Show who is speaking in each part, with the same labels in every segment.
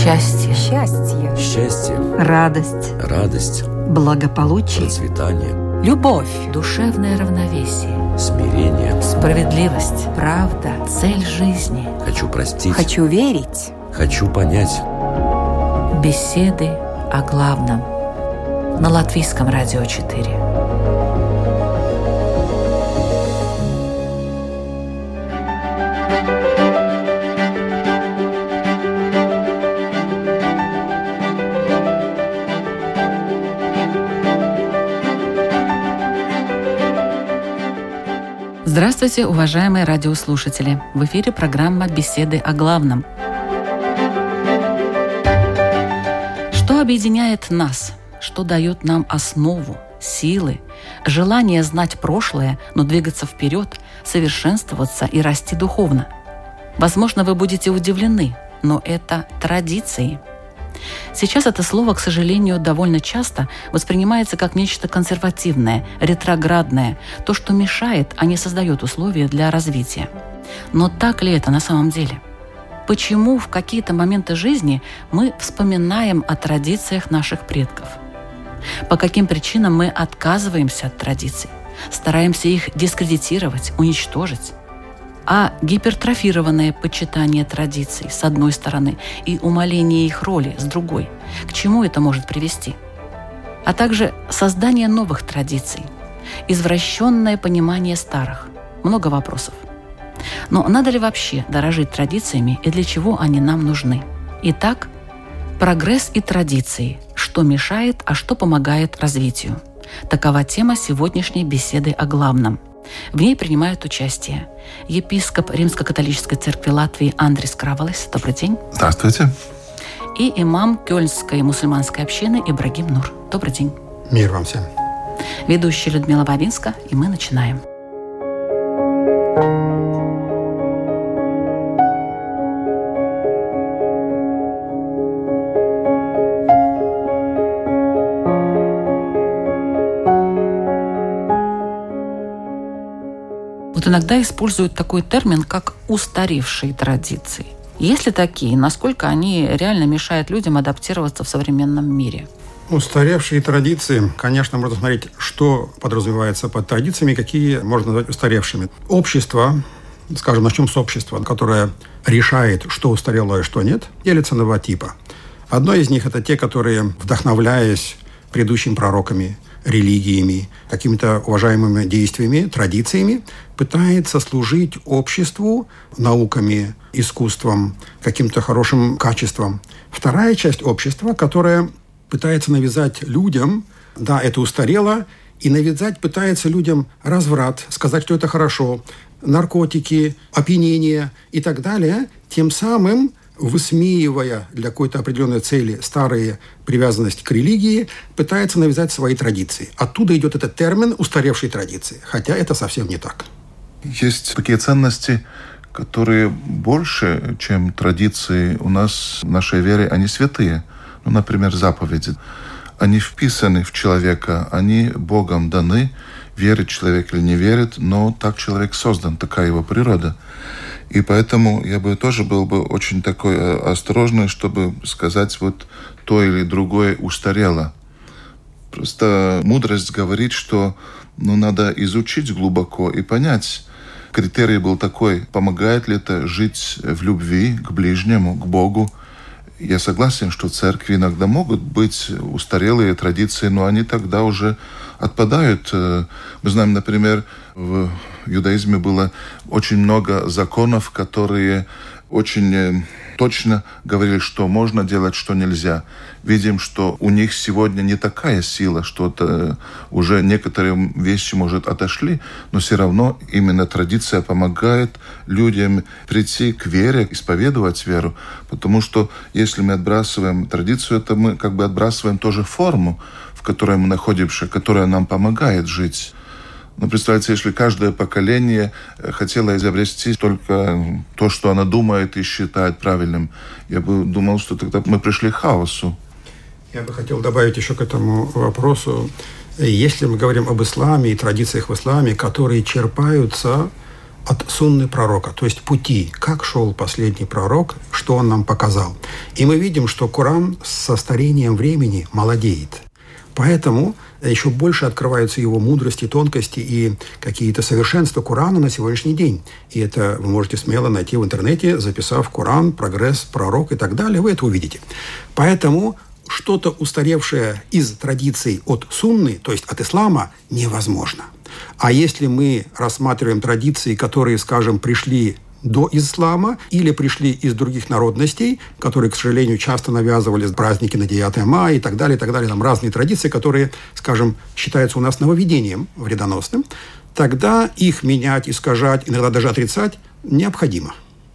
Speaker 1: Счастье.
Speaker 2: Счастье.
Speaker 3: Счастье.
Speaker 1: Радость.
Speaker 3: Радость.
Speaker 1: Благополучие.
Speaker 3: Процветание.
Speaker 1: Любовь. Душевное равновесие.
Speaker 3: Смирение.
Speaker 1: Справедливость. Правда. Цель жизни.
Speaker 3: Хочу простить.
Speaker 2: Хочу верить.
Speaker 3: Хочу понять.
Speaker 1: Беседы о главном. На Латвийском радио 4. Здравствуйте, уважаемые радиослушатели! В эфире программа «Беседы о главном». Что объединяет нас? Что дает нам основу, силы, желание знать прошлое, но двигаться вперед, совершенствоваться и расти духовно? Возможно, вы будете удивлены, но это традиции. Сейчас это слово, к сожалению, довольно часто воспринимается как нечто консервативное, ретроградное, то, что мешает, а не создает условия для развития. Но так ли это на самом деле? Почему в какие-то моменты жизни мы вспоминаем о традициях наших предков? По каким причинам мы отказываемся от традиций, стараемся их дискредитировать, уничтожить? А гипертрофированное почитание традиций с одной стороны и умаление их роли с другой, к чему это может привести? А также создание новых традиций, извращенное понимание старых. Много вопросов. Но надо ли вообще дорожить традициями и для чего они нам нужны? Итак, прогресс и традиции. Что мешает, а что помогает развитию? Такова тема сегодняшней беседы о главном. В ней принимают участие епископ Римско-католической церкви Латвии Андрис Кравалес. Добрый день.
Speaker 4: Здравствуйте.
Speaker 1: И имам Кёльнской мусульманской общины Ибрагим Нур. Добрый день.
Speaker 5: Мир вам всем.
Speaker 1: Ведущая Людмила Бабинска, и мы начинаем. Иногда используют такой термин, как «устаревшие традиции». Есть ли такие? Насколько они реально мешают людям адаптироваться в современном мире?
Speaker 5: Устаревшие традиции, конечно, можно смотреть, что подразумевается под традициями, какие можно назвать устаревшими. Общество, скажем, начнем с общества, которое решает, что устарело и что нет, делится на два типа. Одно из них – это те, которые, вдохновляясь предыдущими пророками, религиями, какими-то уважаемыми действиями, традициями, пытается служить обществу науками, искусством, каким-то хорошим качеством. Вторая часть общества, которая пытается навязать людям, да, это устарело, и навязать пытается людям разврат, сказать, что это хорошо, наркотики, опьянение и так далее, тем самым высмеивая для какой-то определенной цели старые привязанности к религии, пытается навязать свои традиции. Оттуда идет этот термин «устаревшие традиции», хотя это совсем не так.
Speaker 4: Есть такие ценности, которые больше, чем традиции у нас в нашей вере, они святые. Например, заповеди. Они вписаны в человека, они Богом даны, верит человек или не верит, но так человек создан, такая его природа. И поэтому я бы тоже был бы очень такой осторожный, чтобы сказать, вот то или другое устарело. Просто мудрость говорит, что надо изучить глубоко и понять. Критерий был такой, помогает ли это жить в любви к ближнему, к Богу. Я согласен, что в церкви иногда могут быть устарелые традиции, но они тогда уже отпадают. Мы знаем, например, в иудаизме было очень много законов, которые очень точно говорили, что можно делать, что нельзя. Видим, что у них сегодня не такая сила, что уже некоторые вещи, может, отошли, но все равно именно традиция помогает людям прийти к вере, исповедовать веру. Потому что если мы отбрасываем традицию, то мы как бы отбрасываем тоже форму, в которой мы находимся, которая нам помогает жить. Но представьте, если каждое поколение хотело изобрести только то, что оно думает и считает правильным, я бы думал, что тогда мы пришли к хаосу.
Speaker 5: Я бы хотел добавить еще к этому вопросу. Если мы говорим об исламе и традициях в исламе, которые черпаются от сунны пророка, то есть пути, как шел последний пророк, что он нам показал. И мы видим, что Коран со старением времени молодеет. Поэтому еще больше открываются его мудрости, тонкости и какие-то совершенства Корана на сегодняшний день. И это вы можете смело найти в интернете, записав Коран, прогресс, пророк и так далее, вы это увидите. Поэтому что-то устаревшее из традиций от сунны, то есть от ислама, невозможно. А если мы рассматриваем традиции, которые, скажем, пришли до ислама или пришли из других народностей, которые, к сожалению, часто навязывали праздники на 9 мая и так далее, там разные традиции, которые, скажем, считаются у нас нововведением вредоносным, тогда их менять, искажать, иногда даже отрицать необходимо.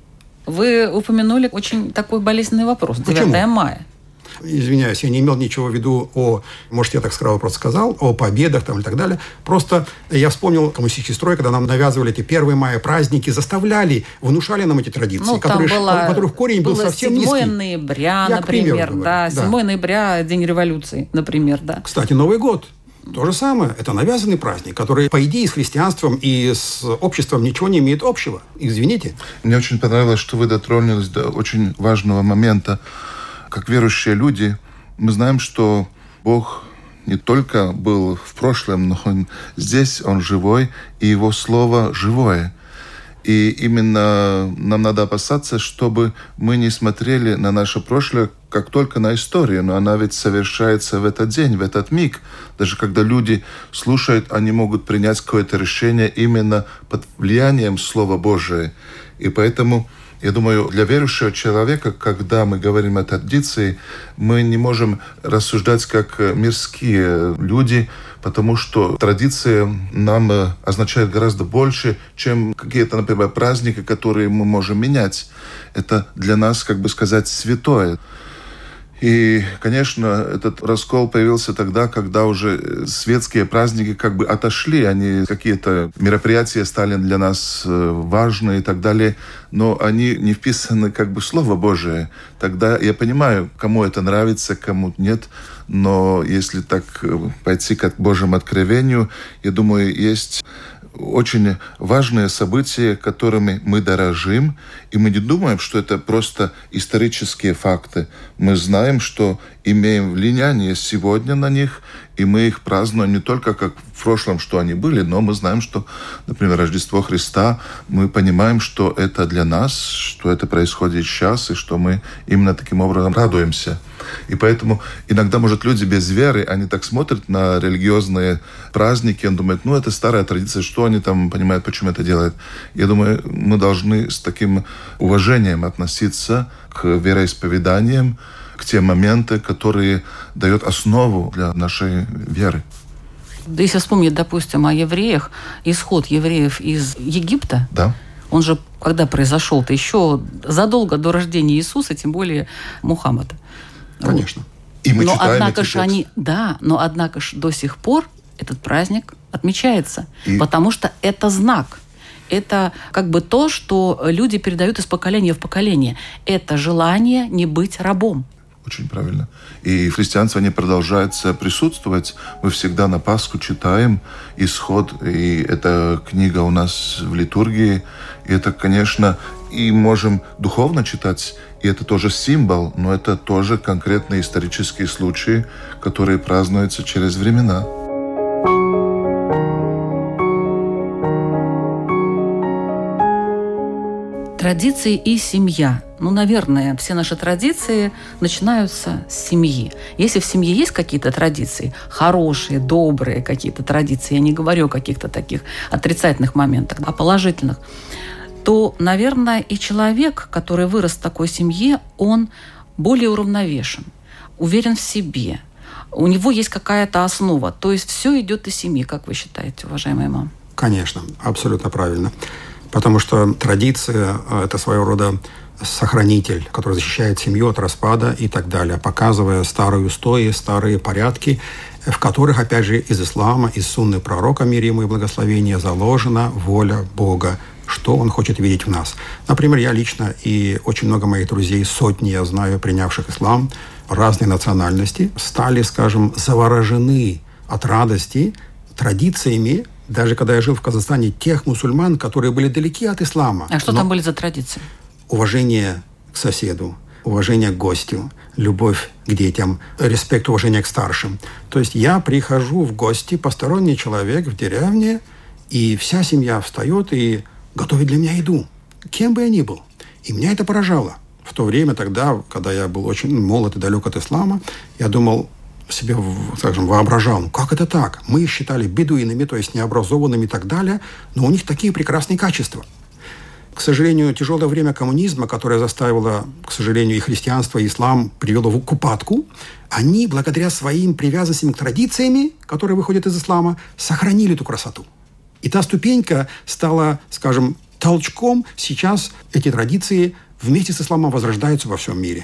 Speaker 1: Вы упомянули очень такой болезненный вопрос. 9 мая.
Speaker 5: Извиняюсь, я не имел ничего в виду может, я так сразу просто сказал, о победах там и так далее. Просто я вспомнил коммунистический строй, когда нам навязывали эти 1 мая праздники, заставляли, внушали нам эти традиции, у которых корень был совсем низкий.
Speaker 1: 7 ноября, например, да, 7 ноября, День революции, например, да.
Speaker 5: Кстати, Новый год. То же самое. Это навязанный праздник, который, по идее, с христианством и с обществом ничего не имеет общего. Извините.
Speaker 4: Мне очень понравилось, что вы дотронулись до очень важного момента. Как верующие люди, мы знаем, что Бог не только был в прошлом, но здесь Он живой, и Его Слово живое. И именно нам надо опасаться, чтобы мы не смотрели на наше прошлое как только на историю, но она ведь совершается в этот день, в этот миг. Даже когда люди слушают, они могут принять какое-то решение именно под влиянием Слова Божия. И поэтому, я думаю, для верующего человека, когда мы говорим о традиции, мы не можем рассуждать как мирские люди, потому что традиция нам означает гораздо больше, чем какие-то, например, праздники, которые мы можем менять. Это для нас, как бы сказать, святое. И, конечно, этот раскол появился тогда, когда уже светские праздники как бы отошли, они какие-то мероприятия стали для нас важны и так далее, но они не вписаны как бы в Слово Божие. Тогда я понимаю, кому это нравится, кому нет, но если так пойти к Божьему откровению, я думаю, есть очень важные события, которыми мы дорожим, и мы не думаем, что это просто исторические факты. Мы знаем, что имеем влияние сегодня на них, и мы их празднуем не только как в прошлом, что они были, но мы знаем, что, например, Рождество Христа, мы понимаем, что это для нас, что это происходит сейчас, и что мы именно таким образом радуемся. И поэтому иногда, может, люди без веры, они так смотрят на религиозные праздники, он думает, это старая традиция, что они там понимают, почему это делают. Я думаю, мы должны с таким уважением относиться к вероисповеданиям, к тем моментам, которые дают основу для нашей веры.
Speaker 1: Да если вспомнить, допустим, о евреях, исход евреев из Египта,
Speaker 4: да.
Speaker 1: Он же, когда произошел-то, еще задолго до рождения Иисуса, тем более Мухаммада.
Speaker 5: Конечно.
Speaker 4: И мы читаем
Speaker 1: однако же до сих пор этот праздник отмечается, потому что это знак. Это как бы то, что люди передают из поколения в поколение. Это желание не быть рабом.
Speaker 4: Очень правильно. И в христианстве они продолжаются присутствовать. Мы всегда на Пасху читаем Исход, и эта книга у нас в литургии. И это, конечно, и можем духовно читать, и это тоже символ, но это тоже конкретные исторические случаи, которые празднуются через времена.
Speaker 1: Традиции и семья. Наверное, все наши традиции начинаются с семьи. Если в семье есть какие-то традиции, хорошие, добрые какие-то традиции, я не говорю о каких-то таких отрицательных моментах, а положительных, то, наверное, и человек, который вырос в такой семье, он более уравновешен, уверен в себе. У него есть какая-то основа. То есть все идет из семьи, как вы считаете, уважаемая мама?
Speaker 5: Конечно, абсолютно правильно. Потому что традиция – это своего рода сохранитель, который защищает семью от распада и так далее, показывая старые устои, старые порядки, в которых, опять же, из ислама, из сунны пророка, мир ему и благословения, заложена воля Бога, что Он хочет видеть в нас. Например, я лично и очень много моих друзей, сотни, я знаю, принявших ислам, разной национальности, стали, скажем, заворожены от радости традициями, даже когда я жил в Казахстане, тех мусульман, которые были далеки от ислама.
Speaker 1: А что там были за традиции?
Speaker 5: Уважение к соседу, уважение к гостю, любовь к детям, респект, уважение к старшим. То есть я прихожу в гости, посторонний человек в деревне, и вся семья встает и готовит для меня еду, кем бы я ни был. И меня это поражало. В то время тогда, когда я был очень молод и далек от ислама, я думал себе, скажем, воображал, как это так? Мы их считали бедуинами, то есть необразованными и так далее, но у них такие прекрасные качества. К сожалению, тяжелое время коммунизма, которое заставило, к сожалению, и христианство, и ислам привело к упадку, они, благодаря своим привязанностям к традициям, которые выходят из ислама, сохранили эту красоту. И та ступенька стала, скажем, толчком. Сейчас эти традиции вместе с исламом возрождаются во всем мире.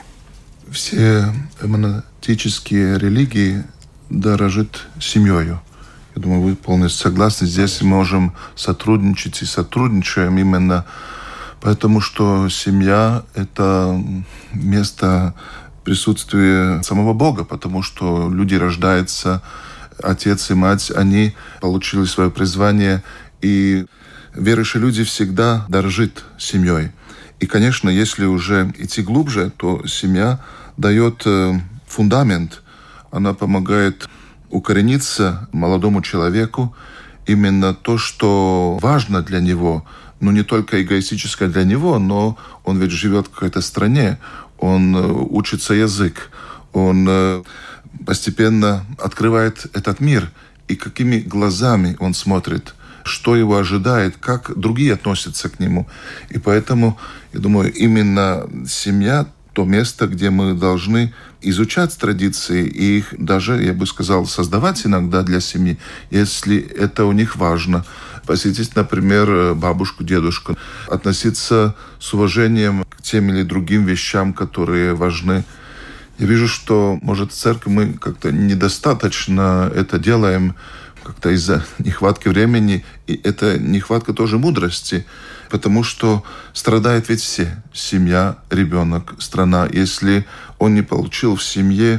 Speaker 4: Все монотеические религии дорожат семьей. Я думаю, вы полностью согласны. Здесь мы можем сотрудничать и сотрудничаем именно потому, что семья – это место присутствия самого Бога, потому что люди рождаются, отец и мать, они получили свое призвание, и верующие люди всегда дорожат семьей. И, конечно, если уже идти глубже, то семья дает фундамент, она помогает укорениться молодому человеку, именно то, что важно для него, ну, не только эгоистическое для него, но он ведь живет в какой-то стране, он учится язык, он постепенно открывает этот мир, и какими глазами он смотрит, что его ожидает, как другие относятся к нему. И поэтому, я думаю, именно семья – то место, где мы должны изучать традиции и их даже, я бы сказал, создавать иногда для семьи, если это у них важно. Посетить, например, бабушку, дедушку, относиться с уважением к тем или другим вещам, которые важны. Я вижу, что, может, в церкви мы как-то недостаточно это делаем, как-то из-за нехватки времени, и это нехватка тоже мудрости, потому что страдают ведь все. Семья, ребенок, страна. Если он не получил в семье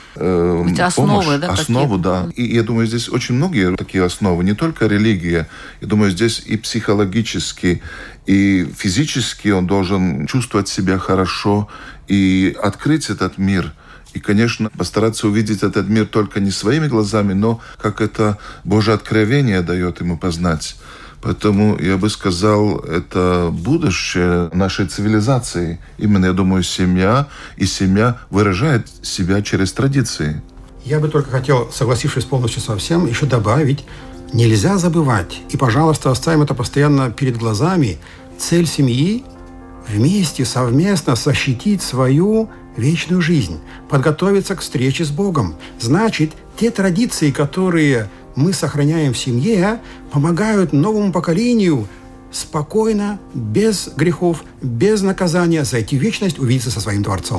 Speaker 1: помощь,
Speaker 4: основу, да. И я думаю, здесь очень многие такие основы, не только религия. Я думаю, здесь и психологически, и физически он должен чувствовать себя хорошо и открыть этот мир. И, конечно, постараться увидеть этот мир только не своими глазами, но как это Божье откровение дает ему познать. Поэтому, я бы сказал, это будущее нашей цивилизации. Именно, я думаю, семья, и семья выражает себя через традиции.
Speaker 5: Я бы только хотел, согласившись полностью со всем, еще добавить, нельзя забывать, и, пожалуйста, оставим это постоянно перед глазами, цель семьи – вместе, совместно защитить свою вечную жизнь, подготовиться к встрече с Богом. Значит, те традиции, которые мы сохраняем в семье, помогают новому поколению спокойно, без грехов, без наказания зайти в вечность, увидеться со своим Творцом.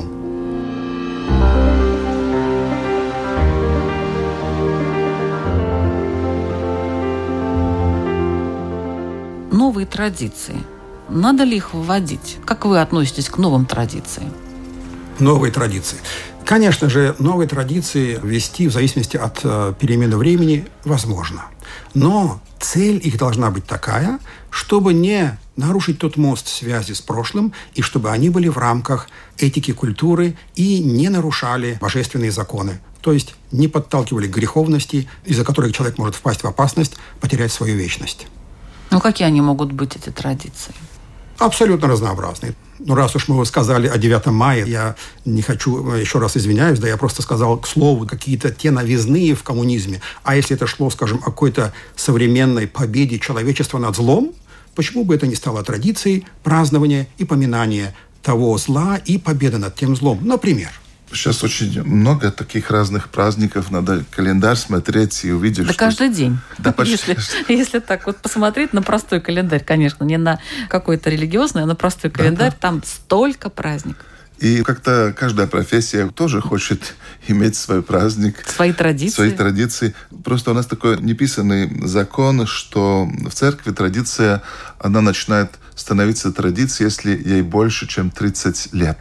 Speaker 1: Новые традиции. Надо ли их вводить? Как вы относитесь к новым традициям?
Speaker 5: Новые традиции. Конечно же, новые традиции ввести в зависимости от перемены времени возможно. Но цель их должна быть такая, чтобы не нарушить тот мост связи с прошлым, и чтобы они были в рамках этики, культуры и не нарушали божественные законы. То есть не подталкивали к греховности, из-за которой человек может впасть в опасность, потерять свою вечность.
Speaker 1: Ну, какие они могут быть, эти традиции?
Speaker 5: Абсолютно разнообразные. Ну, раз уж мы сказали о 9 мая, я не хочу, еще раз извиняюсь, да я просто сказал, к слову, какие-то те новизны в коммунизме. А если это шло, скажем, о какой-то современной победе человечества над злом, почему бы это не стало традицией празднования и поминания того зла и победы над тем злом? Например.
Speaker 4: Сейчас очень много таких разных праздников. Надо календарь смотреть и увидеть,
Speaker 1: да
Speaker 4: что...
Speaker 1: каждый день.
Speaker 4: Да, почти.
Speaker 1: Если так вот посмотреть на простой календарь, конечно, не на какой-то религиозный, а на простой календарь, там столько праздников.
Speaker 4: И как-то каждая профессия тоже хочет иметь свой праздник.
Speaker 1: Свои традиции.
Speaker 4: Просто у нас такой неписанный закон, что в церкви традиция, она начинает становиться традицией, если ей больше, чем 30 лет.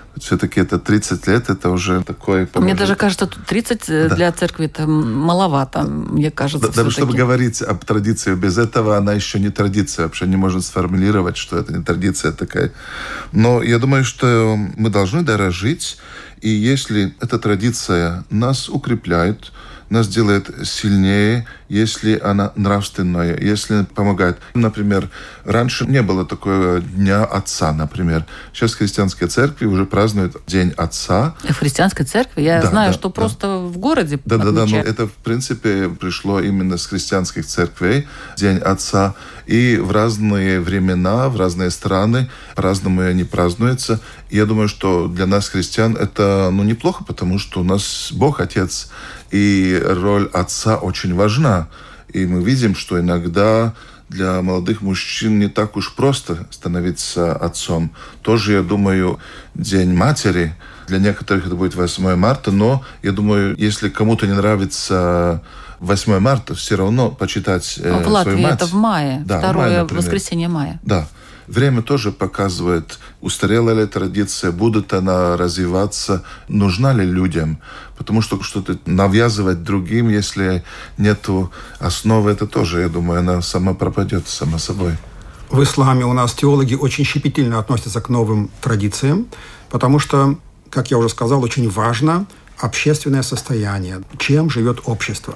Speaker 4: Все-таки это 30 лет, это уже такое...
Speaker 1: Мне даже кажется, 30 для церкви это маловато, мне кажется.
Speaker 4: Даже чтобы говорить об традиции без этого, она еще не традиция, вообще не может сформулировать, что это не традиция такая. Но я думаю, что мы должны дорожить, и если эта традиция нас укрепляет, нас делает сильнее, если она нравственная, если помогает. Например, раньше не было такого Дня Отца, например. Сейчас в христианской церкви уже празднуют День Отца.
Speaker 1: В христианской церкви? Я знаю, что просто в городе
Speaker 4: но это, в принципе, пришло именно с христианских церквей, День Отца. И в разные времена, в разные страны по-разному они празднуются. И я думаю, что для нас, христиан, это неплохо, потому что у нас Бог Отец, и роль отца очень важна. И мы видим, что иногда для молодых мужчин не так уж просто становиться отцом. Тоже, я думаю, День матери. Для некоторых это будет 8 марта, но, я думаю, если кому-то не нравится 8 марта, все равно почитать свою мать.
Speaker 1: В Латвии это в мае,
Speaker 4: да,
Speaker 1: второе воскресенье мая.
Speaker 4: Да. Время тоже показывает, устарела ли традиция, будет она развиваться, нужна ли людям. Потому что что-то навязывать другим, если нет основы, это тоже, я думаю, она сама пропадет, сама собой.
Speaker 5: В исламе у нас теологи очень щепетильно относятся к новым традициям, потому что, как я уже сказал, очень важно общественное состояние, чем живет общество.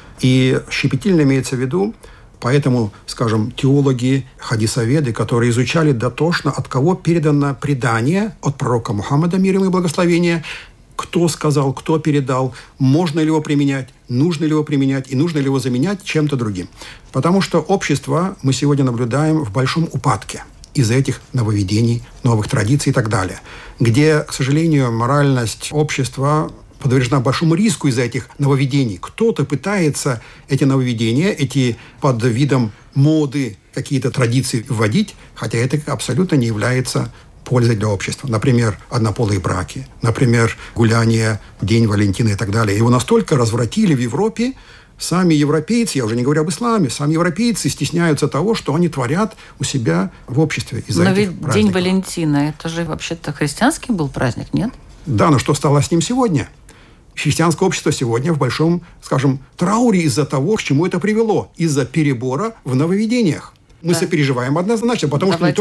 Speaker 5: И щепетильно имеется в виду, поэтому, скажем, теологи, хадисоведы, которые изучали дотошно, от кого передано предание от пророка Мухаммада, мир ему и благословение, кто сказал, кто передал, можно ли его применять, нужно ли его применять и нужно ли его заменять чем-то другим. Потому что общество мы сегодня наблюдаем в большом упадке из-за этих нововведений, новых традиций и так далее, где, к сожалению, моральность общества подвержена большому риску из-за этих нововведений. Кто-то пытается эти нововведения, эти под видом моды какие-то традиции вводить, хотя это абсолютно не является пользой для общества. Например, однополые браки, например, гуляние, День Валентина и так далее. Его настолько развратили в Европе, сами европейцы, я уже не говорю об исламе, сами европейцы стесняются того, что они творят у себя в обществе из-за этих праздников.
Speaker 1: Но ведь День Валентина, это же вообще-то христианский был праздник, нет?
Speaker 5: Да, но что стало с ним сегодня? Христианское общество сегодня в большом, скажем, трауре из-за того, к чему это привело, из-за перебора в нововведениях. Мы сопереживаем однозначно, потому что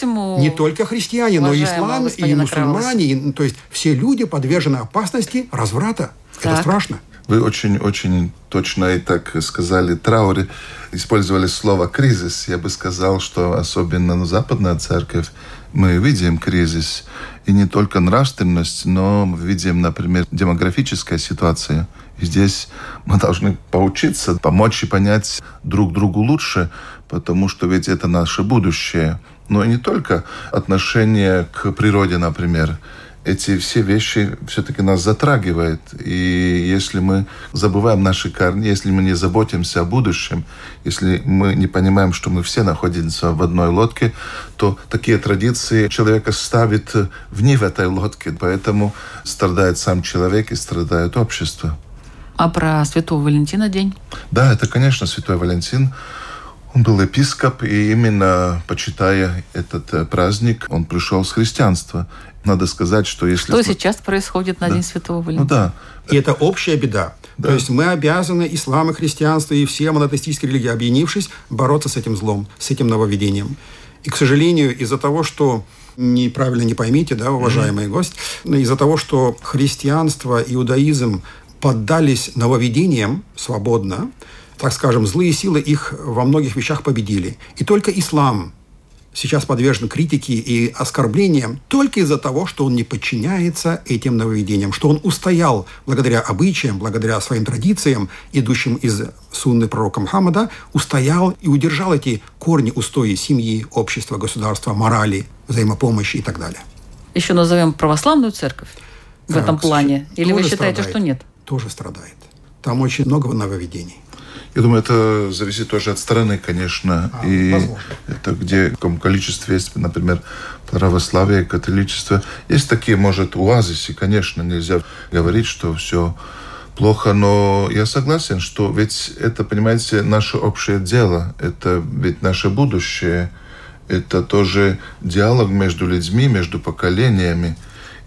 Speaker 5: не только христиане, но и ислам, и мусульмане, то есть все люди подвержены опасности разврата. Так. Это страшно.
Speaker 4: Вы очень точно и так сказали, трауре, использовали слово «кризис». Я бы сказал, что особенно западная церковь, мы видим кризис. И не только нравственность, но видим, например, демографическая ситуация. И здесь мы должны поучиться, помочь и понять друг другу лучше, потому что ведь это наше будущее. Но и не только отношение к природе, например. Эти все вещи все-таки нас затрагивают. И если мы забываем наши корни, если мы не заботимся о будущем, если мы не понимаем, что мы все находимся в одной лодке, то такие традиции человека ставят вне в этой лодке. Поэтому страдает сам человек и страдает общество.
Speaker 1: А про Святого Валентина день?
Speaker 4: Да, это, конечно, Святой Валентин. Он был епископ, и именно почитая этот праздник, он пришел с христианства. Надо сказать, что если...
Speaker 1: Что сейчас происходит на День Святого Валентина?
Speaker 4: Да.
Speaker 5: И это общая беда. Да. То есть мы обязаны, ислам и христианство, и все монотеистические религии, объединившись, бороться с этим злом, с этим нововведением. И, к сожалению, из-за того, что... Неправильно не поймите, да, уважаемый гость. Из-за того, что христианство, иудаизм поддались нововведениям свободно, так скажем, злые силы их во многих вещах победили. И только ислам сейчас подвержен критике и оскорблениям только из-за того, что он не подчиняется этим нововведениям, что он устоял благодаря обычаям, благодаря своим традициям, идущим из сунны пророка Мухаммада, устоял и удержал эти корни, устои семьи, общества, государства, морали, взаимопомощи и так далее.
Speaker 1: Еще назовем православную церковь в этом плане? Или вы считаете, что нет?
Speaker 5: Тоже страдает. Там очень много нововведений.
Speaker 4: Я думаю, это зависит тоже от страны, конечно. И возможно. Это где в каком количестве есть, например, православие, католичество. Есть такие, может, оазисы, конечно, нельзя говорить, что все плохо, но я согласен, что ведь это, понимаете, наше общее дело, это ведь наше будущее, это тоже диалог между людьми, между поколениями.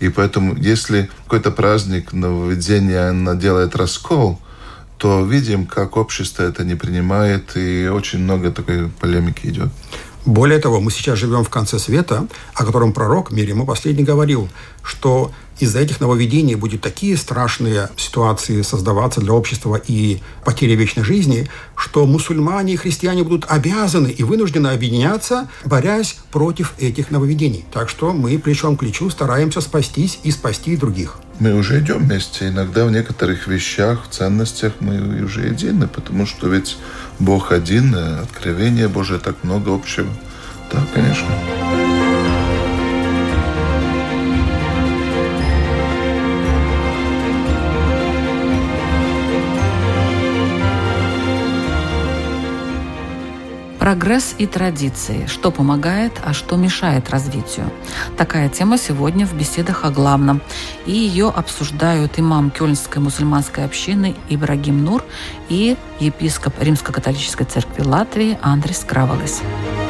Speaker 4: И поэтому, если какой-то праздник нововведения делает раскол, то видим, как общество это не принимает, и очень много такой полемики идет.
Speaker 5: Более того, мы сейчас живем в конце света, о котором пророк, мир ему последний, говорил, что из-за этих нововведений будут такие страшные ситуации создаваться для общества и потери вечной жизни, что мусульмане и христиане будут обязаны и вынуждены объединяться, борясь против этих нововведений. Так что мы плечом к плечу стараемся спастись и спасти других.
Speaker 4: Мы уже идем вместе. Иногда в некоторых вещах, в ценностях мы уже едины, потому что ведь Бог один, откровение Божие так много общего. Да, конечно.
Speaker 1: Прогресс и традиции. Что помогает, а что мешает развитию? Такая тема сегодня в беседах о главном. И ее обсуждают имам Кёльнской мусульманской общины Ибрагим Нур и епископ Римско-католической церкви Латвии Андрис Кравалес.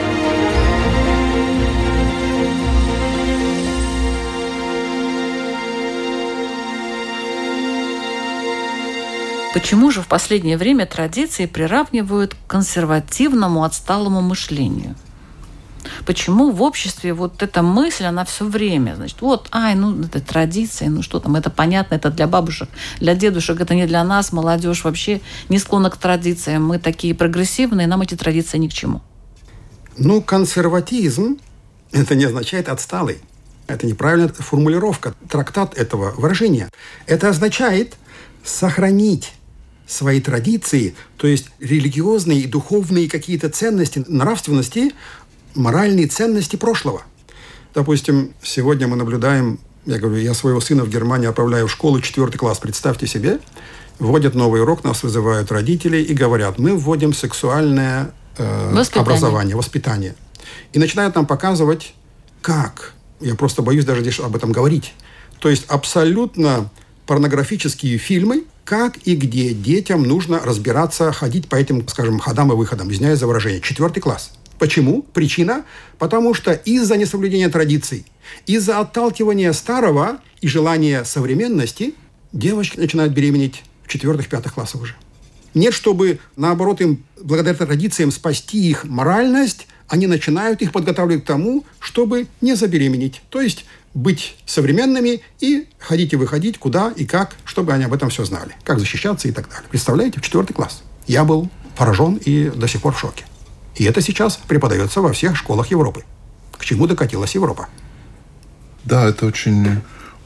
Speaker 1: Почему же в последнее время традиции приравнивают к консервативному, отсталому мышлению? Почему в обществе вот эта мысль, она все время, значит, это традиции, что там, это понятно, это для бабушек, для дедушек, это не для нас, молодежь вообще не склонна к традициям, мы такие прогрессивные, нам эти традиции ни к чему.
Speaker 5: Консерватизм, это не означает отсталый. Это неправильная формулировка, трактат этого выражения. Это означает сохранить свои традиции, то есть религиозные и духовные какие-то ценности, нравственности, моральные ценности прошлого. Допустим, сегодня мы наблюдаем, я своего сына в Германии отправляю в школу 4 класс, представьте себе, вводят новый урок, нас вызывают родители и говорят, мы вводим сексуальное образование, воспитание. И начинают нам показывать, как. Я просто боюсь даже здесь об этом говорить. То есть абсолютно порнографические фильмы, как и где детям нужно разбираться, ходить по этим, скажем, ходам и выходам, извиняюсь за выражение. 4 класс. Почему? Причина? Потому что из-за несоблюдения традиций, из-за отталкивания старого и желания современности девочки начинают беременеть в 4-5 классах уже. Нет, чтобы, наоборот, им благодаря традициям спасти их моральность, они начинают их подготавливать к тому, чтобы не забеременеть. То есть быть современными и ходить и выходить, куда и как, чтобы они об этом все знали. Как защищаться и так далее. Представляете, в 4 класс. Я был поражен и до сих пор в шоке. И это сейчас преподается во всех школах Европы. К чему докатилась Европа?
Speaker 4: Да, это очень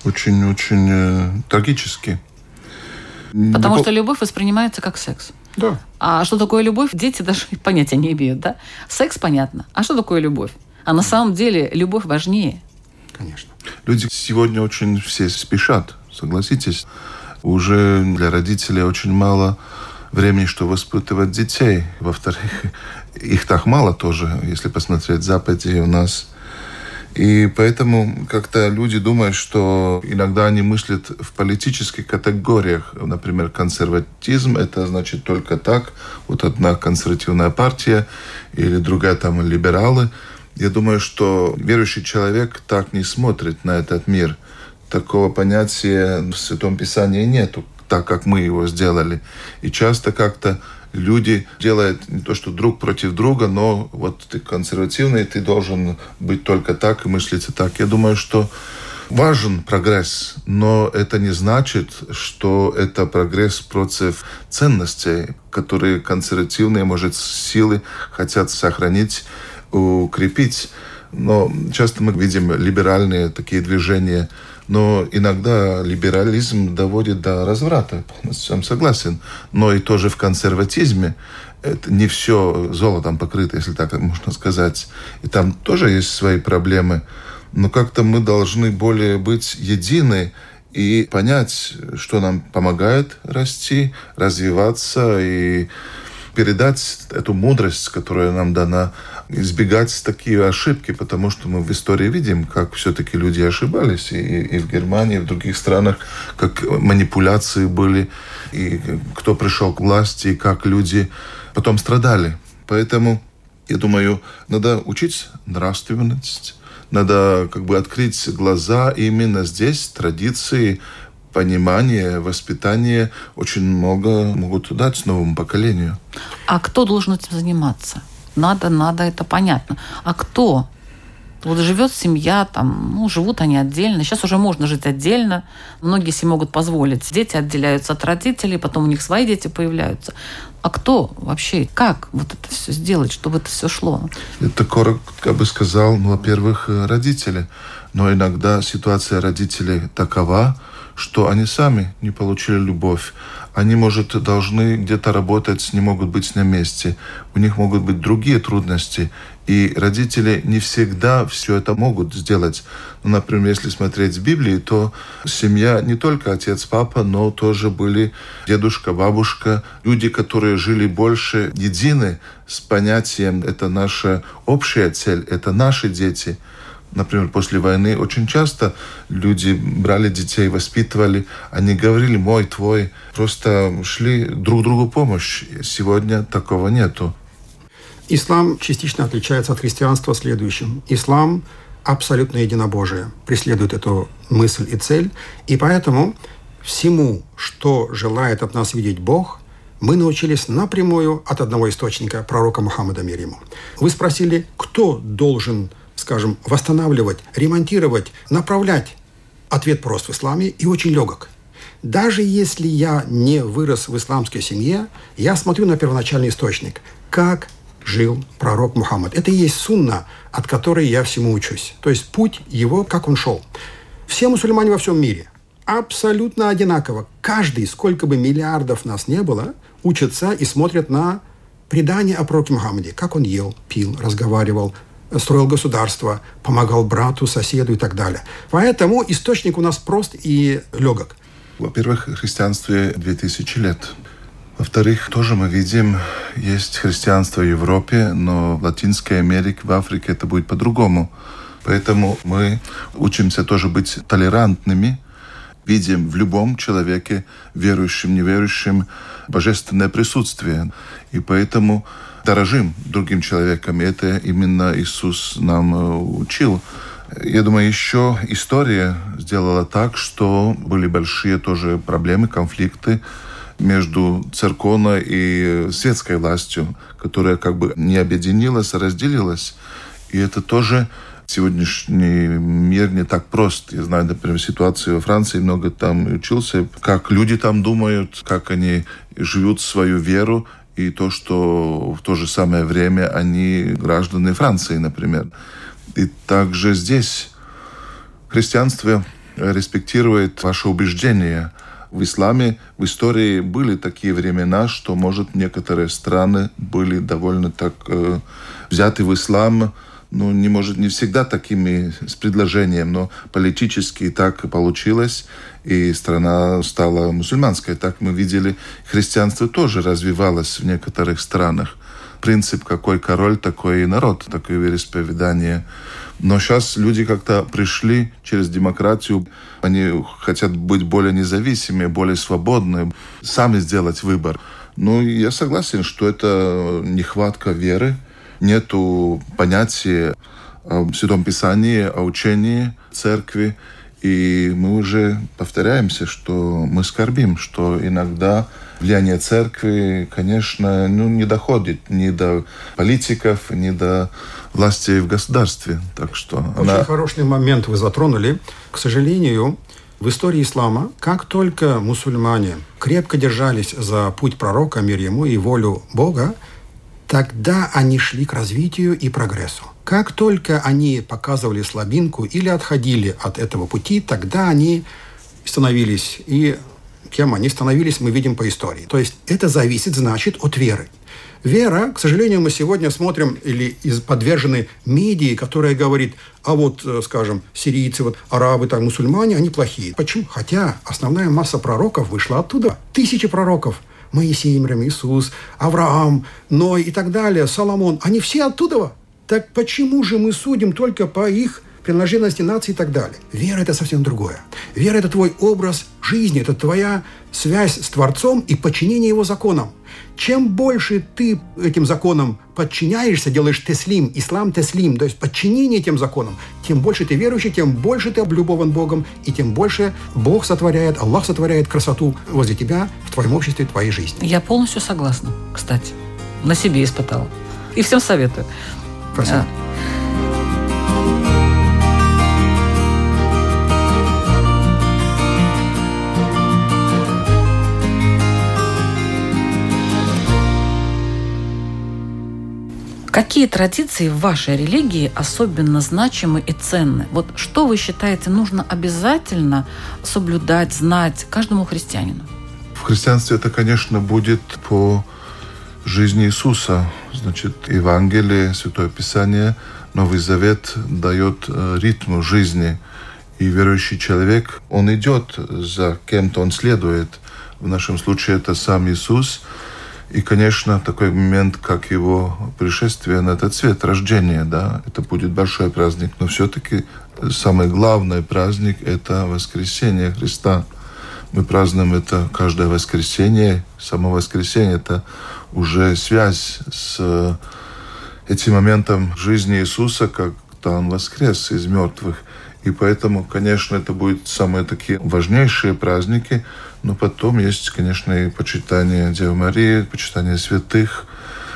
Speaker 4: трагически.
Speaker 1: Потому что любовь воспринимается как секс.
Speaker 5: Да.
Speaker 1: А что такое любовь, дети даже понятия не имеют, да? Секс понятно. А что такое любовь? А на самом деле любовь важнее.
Speaker 5: Конечно.
Speaker 4: Люди сегодня очень все спешат, согласитесь. Уже для родителей очень мало времени, чтобы воспитывать детей. Во-вторых, их так мало тоже, если посмотреть в Западе у нас. И поэтому как-то люди думают, что иногда они мыслят в политических категориях. Например, консерватизм – это значит только так. Вот одна консервативная партия или другая там либералы. Я думаю, что верующий человек так не смотрит на этот мир. Такого понятия в Святом Писании нету, так как мы его сделали. И часто как-то люди делают не то, что друг против друга, но вот ты консервативный, ты должен быть только так и мыслить так. Я думаю, что важен прогресс, но это не значит, что это прогресс против ценностей, которые консервативные, может, силы хотят сохранить, укрепить. Но часто мы видим либеральные такие движения, но иногда либерализм доводит до разврата, полностью согласен. Но и тоже в консерватизме это не все золотом покрыто, если так можно сказать. И там тоже есть свои проблемы. Но как-то мы должны более быть едины и понять, что нам помогает расти, развиваться и передать эту мудрость, которая нам дана, избегать такие ошибки, потому что мы в истории видим, как все-таки люди ошибались, и в Германии, и в других странах, как манипуляции были, и кто пришел к власти, и как люди потом страдали. Поэтому, я думаю, надо учить нравственность, Надо открыть глаза. Именно здесь традиции, понимание, воспитание очень много могут дать новому поколению.
Speaker 1: А кто должен этим заниматься? Надо, это понятно. А кто? Живет семья, живут они отдельно. Сейчас уже можно жить отдельно. Многие себе могут позволить. Дети отделяются от родителей, потом у них свои дети появляются. А кто вообще? Как это все сделать, чтобы это все шло?
Speaker 4: Это коротко бы сказал, во-первых, родители. Но иногда ситуация родителей такова, что они сами не получили любовь. Они, может, должны где-то работать, не могут быть на месте. У них могут быть другие трудности. И родители не всегда все это могут сделать. Например, если смотреть в Библии, то семья не только отец, папа, но тоже были дедушка, бабушка, люди, которые жили больше едины с понятием «это наша общая цель, это наши дети». Например, после войны очень часто люди брали детей, воспитывали, они говорили «мой, твой», просто шли друг другу помощь. Сегодня такого нету.
Speaker 5: Ислам частично отличается от христианства следующим. Ислам абсолютно единобожие, преследует эту мысль и цель, и поэтому всему, что желает от нас видеть Бог, мы научились напрямую от одного источника, пророка Мухаммада, мир ему. Вы спросили, кто должен, восстанавливать, ремонтировать, направлять? Ответ прост в исламе и очень легок. Даже если я не вырос в исламской семье, я смотрю на первоначальный источник. Как жил пророк Мухаммад. Это и есть сунна, от которой я всему учусь. То есть путь его, как он шел. Все мусульмане во всем мире абсолютно одинаково. Каждый, сколько бы миллиардов нас не было, учатся и смотрят на предания о пророке Мухаммаде. Как он ел, пил, разговаривал, строил государство, помогал брату, соседу и так далее. Поэтому источник у нас прост и легок.
Speaker 4: Во-первых, христианстве 2000 лет. Во-вторых, тоже мы видим, есть христианство в Европе, но в Латинской Америке, в Африке это будет по-другому. Поэтому мы учимся тоже быть толерантными, видим в любом человеке, верующем, неверующем, божественное присутствие. И поэтому дорожим другим человеком. И это именно Иисус нам учил. Я думаю, еще история сделала так, что были большие тоже проблемы, конфликты между церковной и светской властью, которая не объединилась, а разделилась. И это тоже сегодняшний мир не так прост. Я знаю, например, ситуацию во Франции, много там учился, как люди там думают, как они живут свою веру, и то, что в то же самое время они граждане Франции, например. И также здесь христианство респектирует ваше убеждение. В исламе, в истории были такие времена, что, может, некоторые страны были довольно так взяты в ислам, не всегда такими с предложением, но политически так получилось, и страна стала мусульманской. Так мы видели, христианство тоже развивалось в некоторых странах. Принцип, какой король, такой и народ, такое вероисповедание. Но сейчас люди как-то пришли через демократию, они хотят быть более независимыми, более свободными, сами сделать выбор. Я согласен, что это нехватка веры, нету понятия о Святом Писании, о учении церкви. И мы уже повторяемся, что мы скорбим, что иногда влияние церкви, конечно, не доходит ни до политиков, ни до власти в государстве. Так что
Speaker 5: Очень хороший момент вы затронули. К сожалению, в истории ислама, как только мусульмане крепко держались за путь пророка, мир ему, и волю Бога, тогда они шли к развитию и прогрессу. Как только они показывали слабинку или отходили от этого пути, тогда они становились. И кем они становились, мы видим по истории. То есть это зависит, значит, от веры. Вера, к сожалению, мы сегодня смотрим или подвержены медии, которая говорит, сирийцы, арабы, мусульмане, они плохие. Почему? Хотя основная масса пророков вышла оттуда. Тысячи пророков. Моисей, Иисус, Авраам, Ной и так далее, Соломон. Они все оттуда. Так почему же мы судим только по их принадлежности нации и так далее? Вера – это совсем другое. Вера – это твой образ жизни, это твоя связь с Творцом и подчинение Его законам. Чем больше ты этим законам подчиняешься, делаешь теслим, ислам теслим, то есть подчинение этим законам, тем больше ты верующий, тем больше ты облюбован Богом, и тем больше Бог сотворяет, Аллах сотворяет красоту возле тебя, в твоем обществе, в твоей жизни.
Speaker 1: Я полностью согласна, кстати. На себе испытала. И всем советую.
Speaker 5: Спасибо.
Speaker 1: Какие традиции в вашей религии особенно значимы и ценны? Вот что вы считаете нужно обязательно соблюдать, знать каждому христианину?
Speaker 4: В христианстве это, конечно, будет по жизни Иисуса. Значит, Евангелие, Святое Писание, Новый Завет дает ритм жизни. И верующий человек, он идет за кем-то, он следует. В нашем случае это сам Иисус. И, конечно, такой момент, как его пришествие на этот свет, рождение, да, это будет большой праздник. Но все-таки самый главный праздник – это воскресение Христа. Мы празднуем это каждое воскресенье. Само воскресенье – это уже связь с этим моментом жизни Иисуса, когда Он воскрес из мертвых. И поэтому, конечно, это будут самые такие важнейшие праздники. Но потом есть, конечно, и почитание Девы Марии, почитание святых.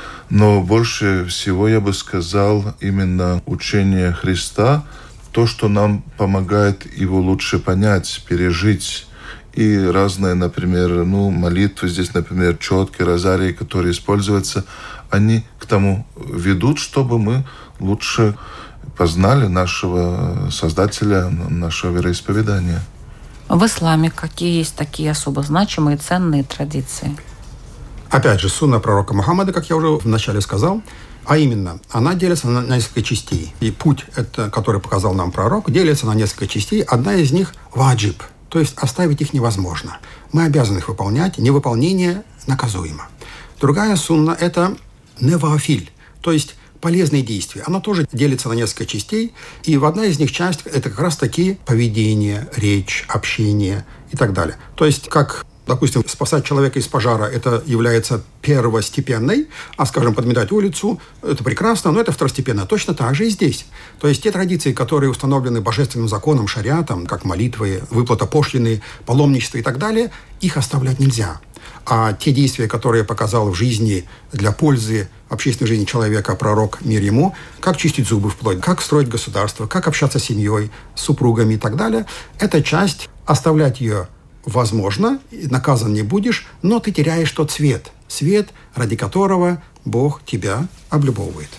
Speaker 4: Но больше всего, я бы сказал, именно учение Христа, то, что нам помогает Его лучше понять, пережить. И разные, например, молитвы, здесь, например, четки, розарии, которые используются, они к тому ведут, чтобы мы лучше познали нашего Создателя, нашего вероисповедания.
Speaker 1: В исламе какие есть такие особо значимые, ценные традиции?
Speaker 5: Опять же, сунна пророка Мухаммада, как я уже вначале сказал, а именно, она делится на несколько частей. И путь, который показал нам пророк, делится на несколько частей. Одна из них – ваджиб, то есть оставить их невозможно. Мы обязаны их выполнять, невыполнение наказуемо. Другая сунна – это невафиль, то есть полезные действия. Она тоже делится на несколько частей, и в одна из них часть – это как раз-таки поведение, речь, общение и так далее. То есть, как, допустим, спасать человека из пожара – это является первостепенной, а, скажем, подметать улицу – это прекрасно, но это второстепенно. Точно так же и здесь. То есть, те традиции, которые установлены божественным законом, шариатом, как молитвы, выплата пошлины, паломничество и так далее, их оставлять нельзя. А те действия, которые показал в жизни для пользы общественной жизни человека пророк, мир ему, как чистить зубы вплоть, как строить государство, как общаться с семьей, с супругами и так далее, эта часть, оставлять ее возможно, наказан не будешь, но ты теряешь тот свет, ради которого Бог тебя облюбовывает.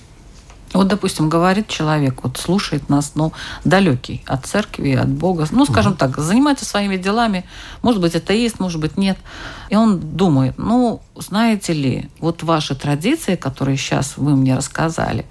Speaker 1: Вот, допустим, говорит человек, вот слушает нас, далекий от церкви, от Бога, скажем так, занимается своими делами, может быть, атеист, может быть, нет. И он думает, знаете ли, вот ваши традиции, которые сейчас вы мне рассказали,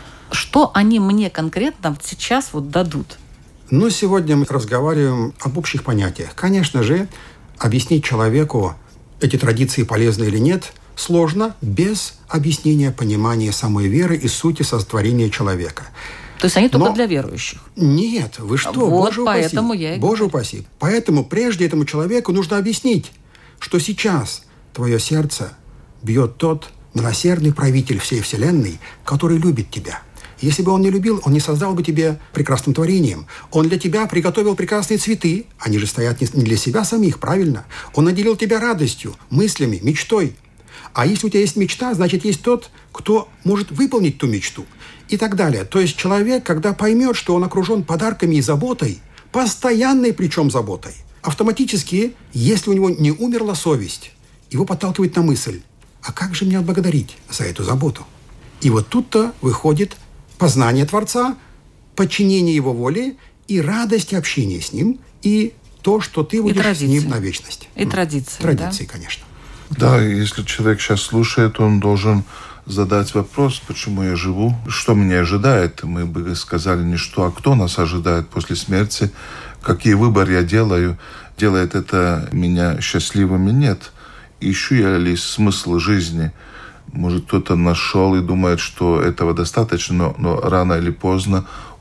Speaker 1: что они мне конкретно сейчас дадут?
Speaker 5: Сегодня мы разговариваем об общих понятиях. Конечно же, объяснить человеку, эти традиции полезны или нет, сложно без объяснения, понимания самой веры и сути сотворения человека.
Speaker 1: То есть они только для верующих?
Speaker 5: Нет, вы что, Боже упаси.
Speaker 1: Поэтому я и
Speaker 5: Боже упаси. Поэтому прежде этому человеку нужно объяснить, что сейчас твое сердце бьет тот милосердный правитель всей вселенной, который любит тебя. Если бы он не любил, он не создал бы тебя прекрасным творением. Он для тебя приготовил прекрасные цветы. Они же стоят не для себя самих, правильно? Он наделил тебя радостью, мыслями, мечтой. А если у тебя есть мечта, значит, есть тот, кто может выполнить ту мечту. И так далее. То есть человек, когда поймет, что он окружен подарками и заботой, постоянной причем заботой, автоматически, если у него не умерла совесть, его подталкивает на мысль, а как же мне отблагодарить за эту заботу? И вот тут-то выходит познание Творца, подчинение Его воле и радость общения с Ним, и то, что ты будешь с Ним на вечность.
Speaker 1: И традиции.
Speaker 5: Традиции, да? Конечно.
Speaker 4: Да, если человек сейчас слушает, он должен задать вопрос, почему я живу, что меня ожидает. Мы бы сказали не что, а кто нас ожидает после смерти, какие выборы я делаю, делает это меня счастливым или нет. Ищу я ли смысл жизни. Может, кто-то нашел и думает, что этого достаточно, но рано или поздно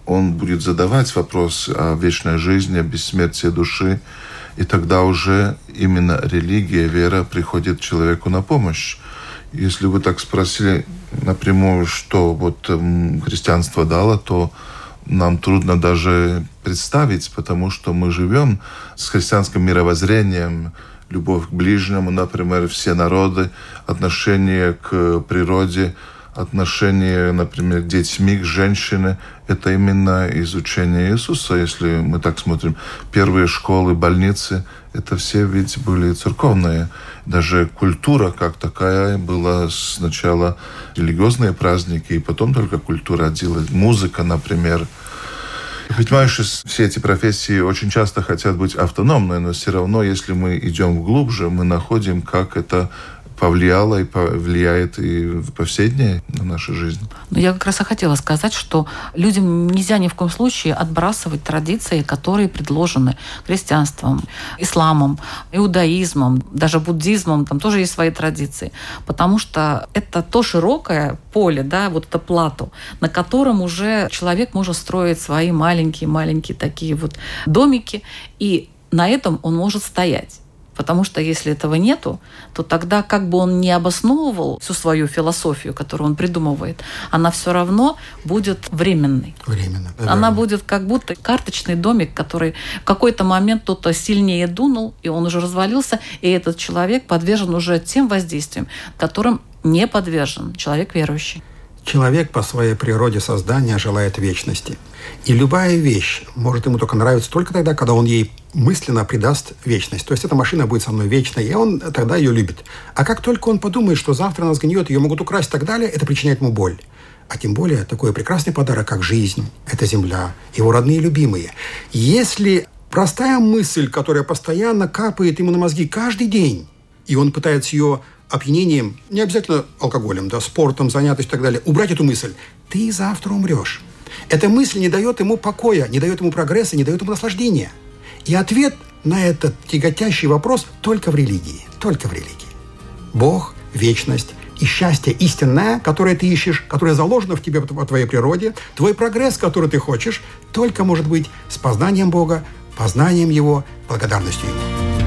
Speaker 4: он будет задавать вопрос о вечной жизни, о бессмертии души. И тогда уже именно религия, вера приходит человеку на помощь. Если вы так спросили напрямую, что вот христианство дало, то нам трудно даже представить, потому что мы живем с христианским мировоззрением, любовь к ближнему, например, все народы, отношение к природе, отношение, например, к детьми, к женщине. Это именно изучение Иисуса. Если мы так смотрим, первые школы, больницы, это все ведь были церковные. Даже культура как такая была сначала религиозные праздники, и потом только культура отделилась. Музыка, например. Понимаешь, все эти профессии очень часто хотят быть автономными, но все равно, если мы идем глубже, мы находим, как это повлияло и повлияет и в повседней на нашу жизнь.
Speaker 1: Но я как раз и хотела сказать, что людям нельзя ни в коем случае отбрасывать традиции, которые предложены христианством, исламом, иудаизмом, даже буддизмом, там тоже есть свои традиции. Потому что это то широкое поле, да, вот это плато, на котором уже человек может строить свои маленькие такие вот домики, и на этом он может стоять. Потому что если этого нету, то тогда, как бы он ни обосновывал всю свою философию, которую он придумывает, она все равно будет временной. Она будет как будто карточный домик, который в какой-то момент кто-то сильнее дунул, и он уже развалился, и этот человек подвержен уже тем воздействиям, которым не подвержен человек верующий.
Speaker 5: Человек по своей природе создания желает вечности. И любая вещь может ему только нравиться только тогда, когда он ей мысленно придаст вечность. То есть эта машина будет со мной вечной, и он тогда ее любит. А как только он подумает, что завтра она сгниет, ее могут украсть и так далее, это причиняет ему боль. А тем более такой прекрасный подарок, как жизнь, это земля, его родные и любимые. Если простая мысль, которая постоянно капает ему на мозги каждый день, и он пытается ее опьянением, не обязательно алкоголем, да, спортом, занятостью и так далее, убрать эту мысль. Ты завтра умрешь. Эта мысль не дает ему покоя, не дает ему прогресса, не дает ему наслаждения. И ответ на этот тяготящий вопрос только в религии. Только в религии. Бог, вечность и счастье истинное, которое ты ищешь, которое заложено в тебе по твоей природе, твой прогресс, который ты хочешь, только может быть с познанием Бога, познанием Его, благодарностью Ему.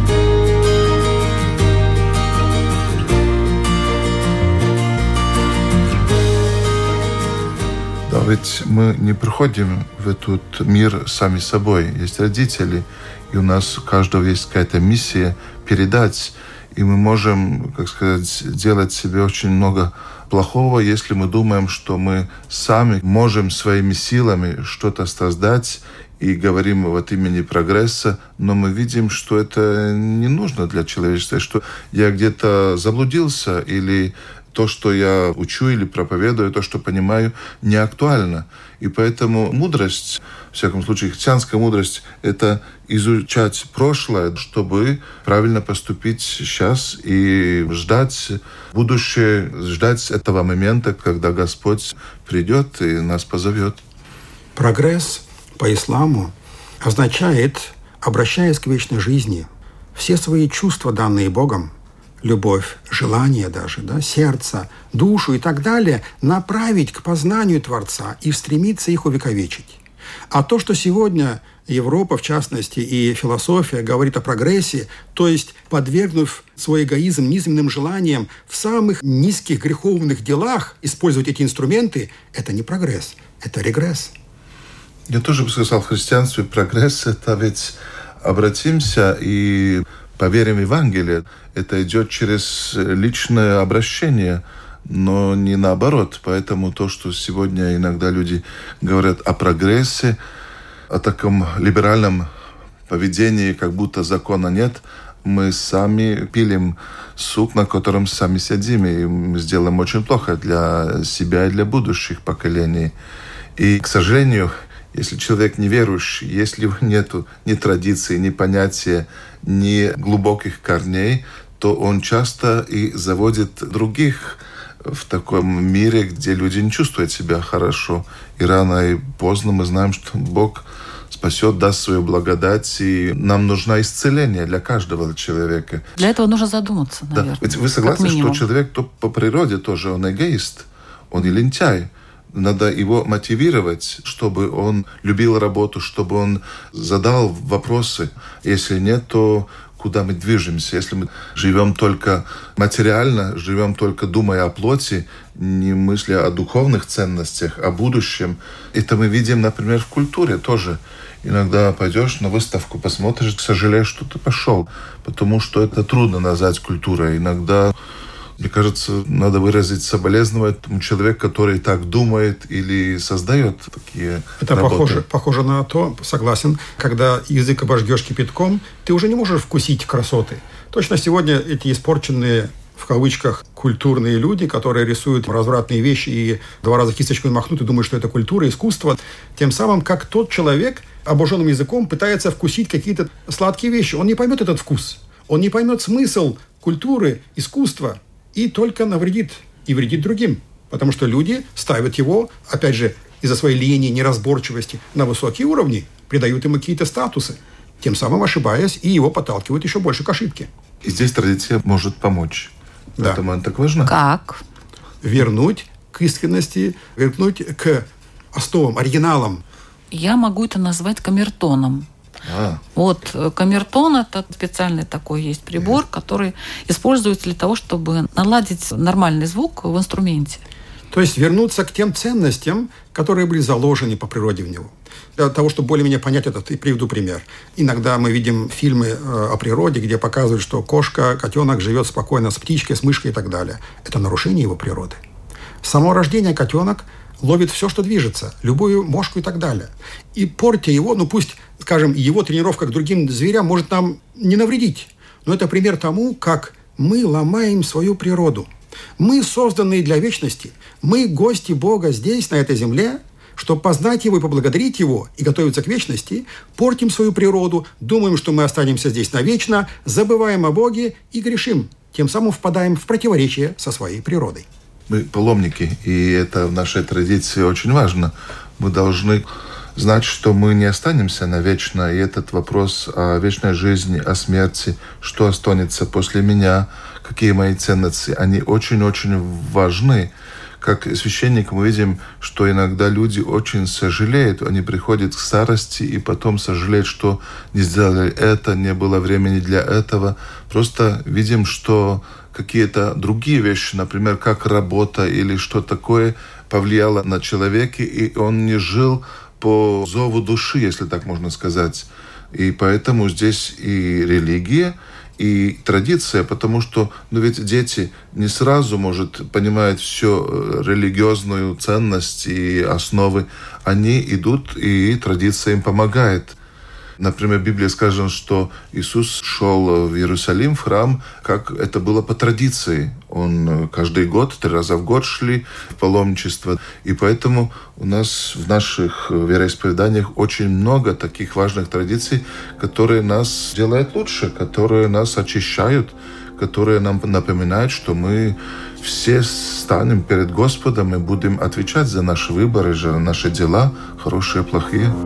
Speaker 4: Да, ведь мы не приходим в этот мир сами собой. Есть родители, и у нас у каждого есть какая-то миссия передать. И мы можем, как сказать, делать себе очень много плохого, если мы думаем, что мы сами можем своими силами что-то создать и говорим от имени прогресса, но мы видим, что это не нужно для человечества, что я где-то заблудился или то, что я учу или проповедую, то, что понимаю, не актуально. И поэтому мудрость, в всяком случае, христианская мудрость, это изучать прошлое, чтобы правильно поступить сейчас и ждать будущее, ждать этого момента, когда Господь придет и нас позовет.
Speaker 5: Прогресс по исламу означает, обращаясь к вечной жизни, все свои чувства, данные Богом, любовь, желание даже, да, сердце, душу и так далее, направить к познанию Творца и стремиться их увековечить. А то, что сегодня Европа, в частности, и философия говорит о прогрессе, то есть подвергнув свой эгоизм низменным желаниям в самых низких греховных делах использовать эти инструменты, это не прогресс, это регресс.
Speaker 4: Я тоже бы сказал, в христианстве прогресс – это ведь обратимся и поверим в Евангелие. Это идет через личное обращение, но не наоборот. Поэтому то, что сегодня иногда люди говорят о прогрессе, о таком либеральном поведении, как будто закона нет, мы сами пилим сук, на котором сами сидим, и мы сделаем очень плохо для себя и для будущих поколений. И, к сожалению, если человек неверующий, если нету ни традиции, ни понятия, ни глубоких корней, то он часто и заводит других в таком мире, где люди не чувствуют себя хорошо. И рано и поздно мы знаем, что Бог спасет, даст свою благодать, и нам нужно исцеление для каждого человека.
Speaker 1: Для этого нужно задуматься, наверное.
Speaker 4: Да. Ведь вы согласны, что человек по природе тоже, он эгоист, он и лентяй. Надо его мотивировать, чтобы он любил работу, чтобы он задал вопросы. Если нет, то куда мы движемся? Если мы живем только материально, живем только думая о плоти, не мысля о духовных ценностях, о будущем. Это мы видим, например, в культуре тоже. Иногда пойдешь на выставку, посмотришь, сожалеешь, что ты пошел, потому что это трудно назвать культурой. Иногда, мне кажется, надо выразить соболезнование тому человеку, который так думает или создает такие работы.
Speaker 5: Это похоже на то, согласен, когда язык обожгешь кипятком, ты уже не можешь вкусить красоты. Точно сегодня эти испорченные, в кавычках, культурные люди, которые рисуют развратные вещи и 2 раза кисточкой махнут и думают, что это культура, искусство, тем самым, как тот человек обожженным языком пытается вкусить какие-то сладкие вещи. Он не поймет этот вкус, он не поймет смысл культуры, искусства, и только навредит и вредит другим. Потому что люди ставят его, опять же, из-за своей лени, неразборчивости на высокие уровни, придают ему какие-то статусы, тем самым ошибаясь, и его подталкивают еще больше к ошибке.
Speaker 4: И здесь традиция может помочь.
Speaker 5: Да.
Speaker 4: Поэтому она так важна.
Speaker 1: Как?
Speaker 5: Вернуть к искренности, вернуть к основам, оригиналам.
Speaker 1: Я могу это назвать камертоном. Вот камертон – это специальный такой есть прибор, который используется для того, чтобы наладить нормальный звук в инструменте.
Speaker 5: То есть вернуться к тем ценностям, которые были заложены по природе в него. Для того, чтобы более-менее понять это, и приведу пример. Иногда мы видим фильмы о природе, где показывают, что кошка, котенок живет спокойно с птичкой, с мышкой и так далее. Это нарушение его природы. С самого рождения котенок ловит все, что движется, любую мошку и так далее. И портя его, пусть, скажем, его тренировка к другим зверям может нам не навредить. Но это пример тому, как мы ломаем свою природу. Мы созданы для вечности. Мы гости Бога здесь, на этой земле, чтобы познать Его и поблагодарить Его и готовиться к вечности, портим свою природу, думаем, что мы останемся здесь навечно, забываем о Боге и грешим. Тем самым впадаем в противоречие со своей природой.
Speaker 4: Мы паломники, и это в нашей традиции очень важно. Мы должны знать, что мы не останемся навечно, и этот вопрос о вечной жизни, о смерти, что останется после меня, какие мои ценности, они очень-очень важны. Как священник мы видим, что иногда люди очень сожалеют, они приходят к старости и потом сожалеют, что не сделали это, не было времени для этого. Просто видим, что какие-то другие вещи, например, как работа или что такое, повлияло на человека, и он не жил по зову души, если так можно сказать. И поэтому здесь и религия, и традиция, потому что, ведь дети не сразу, понимают всю религиозную ценность и основы. Они идут, и традиция им помогает. Например, в Библии сказано, что Иисус шел в Иерусалим, в храм, как это было по традиции. Он каждый год, 3 раза в год шли в паломничество. И поэтому у нас в наших вероисповеданиях очень много таких важных традиций, которые нас делают лучше, которые нас очищают, которые нам напоминают, что мы все станем перед Господом и будем отвечать за наши выборы, за наши дела, хорошие, плохие.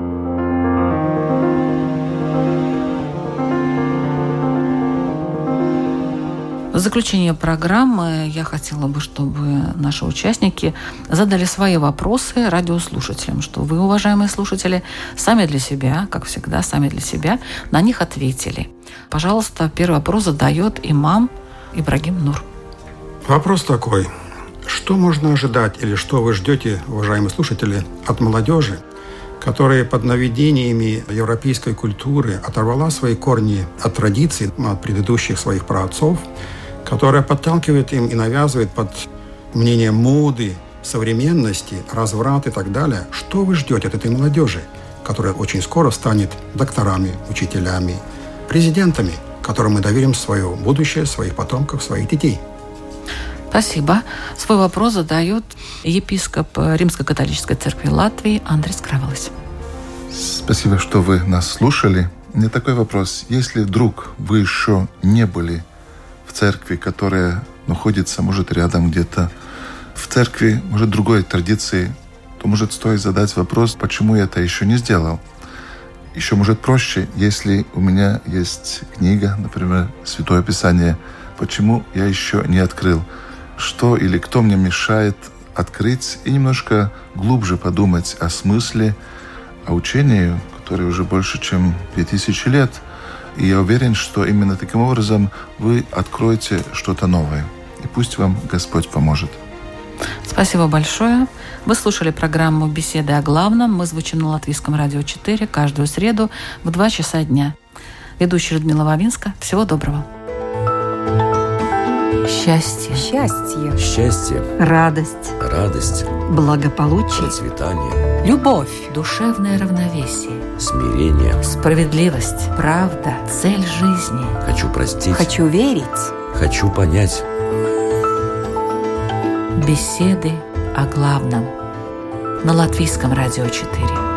Speaker 1: В заключение программы я хотела бы, чтобы наши участники задали свои вопросы радиослушателям, что вы, уважаемые слушатели, сами для себя, как всегда, сами для себя на них ответили. Пожалуйста, первый вопрос задает имам Ибрагим Нур.
Speaker 5: Вопрос такой. Что можно ожидать или что вы ждете, уважаемые слушатели, от молодежи, которая под наведениями европейской культуры оторвала свои корни от традиций, от предыдущих своих праотцов, которая подталкивает им и навязывает под мнением моды, современности, разврат и так далее? Что вы ждете от этой молодежи, которая очень скоро станет докторами, учителями, президентами, которым мы доверим свое будущее, своих потомков, своих детей?
Speaker 1: Спасибо. Свой вопрос задает епископ Римско-католической церкви Латвии Андрис Кравелис.
Speaker 4: Спасибо, что вы нас слушали. У меня такой вопрос. Если вдруг вы еще не были в церкви, которая находится, может, рядом где-то, в церкви, может, другой традиции, то, может, стоит задать вопрос, почему я это еще не сделал. Еще, может, проще, если у меня есть книга, например, Святое Писание, почему я еще не открыл? Что или кто мне мешает открыть и немножко глубже подумать о смысле, о учении, которое уже больше, чем 2000 лет. И я уверен, что именно таким образом вы откроете что-то новое. И пусть вам Господь поможет.
Speaker 1: Спасибо большое. Вы слушали программу «Беседы о главном». Мы звучим на Латвийском радио 4 каждую среду в 2 часа дня. Ведущая Людмила Вавинска. Всего доброго. Счастье.
Speaker 2: Счастье.
Speaker 3: Счастье.
Speaker 2: Радость.
Speaker 3: Радость.
Speaker 2: Благополучие.
Speaker 3: Процветание.
Speaker 2: Любовь.
Speaker 1: Душевное равновесие.
Speaker 3: Смирение.
Speaker 1: Справедливость. Правда. Цель жизни.
Speaker 3: Хочу простить.
Speaker 2: Хочу верить.
Speaker 3: Хочу понять.
Speaker 1: Беседы о главном. На Латвийском радио 4.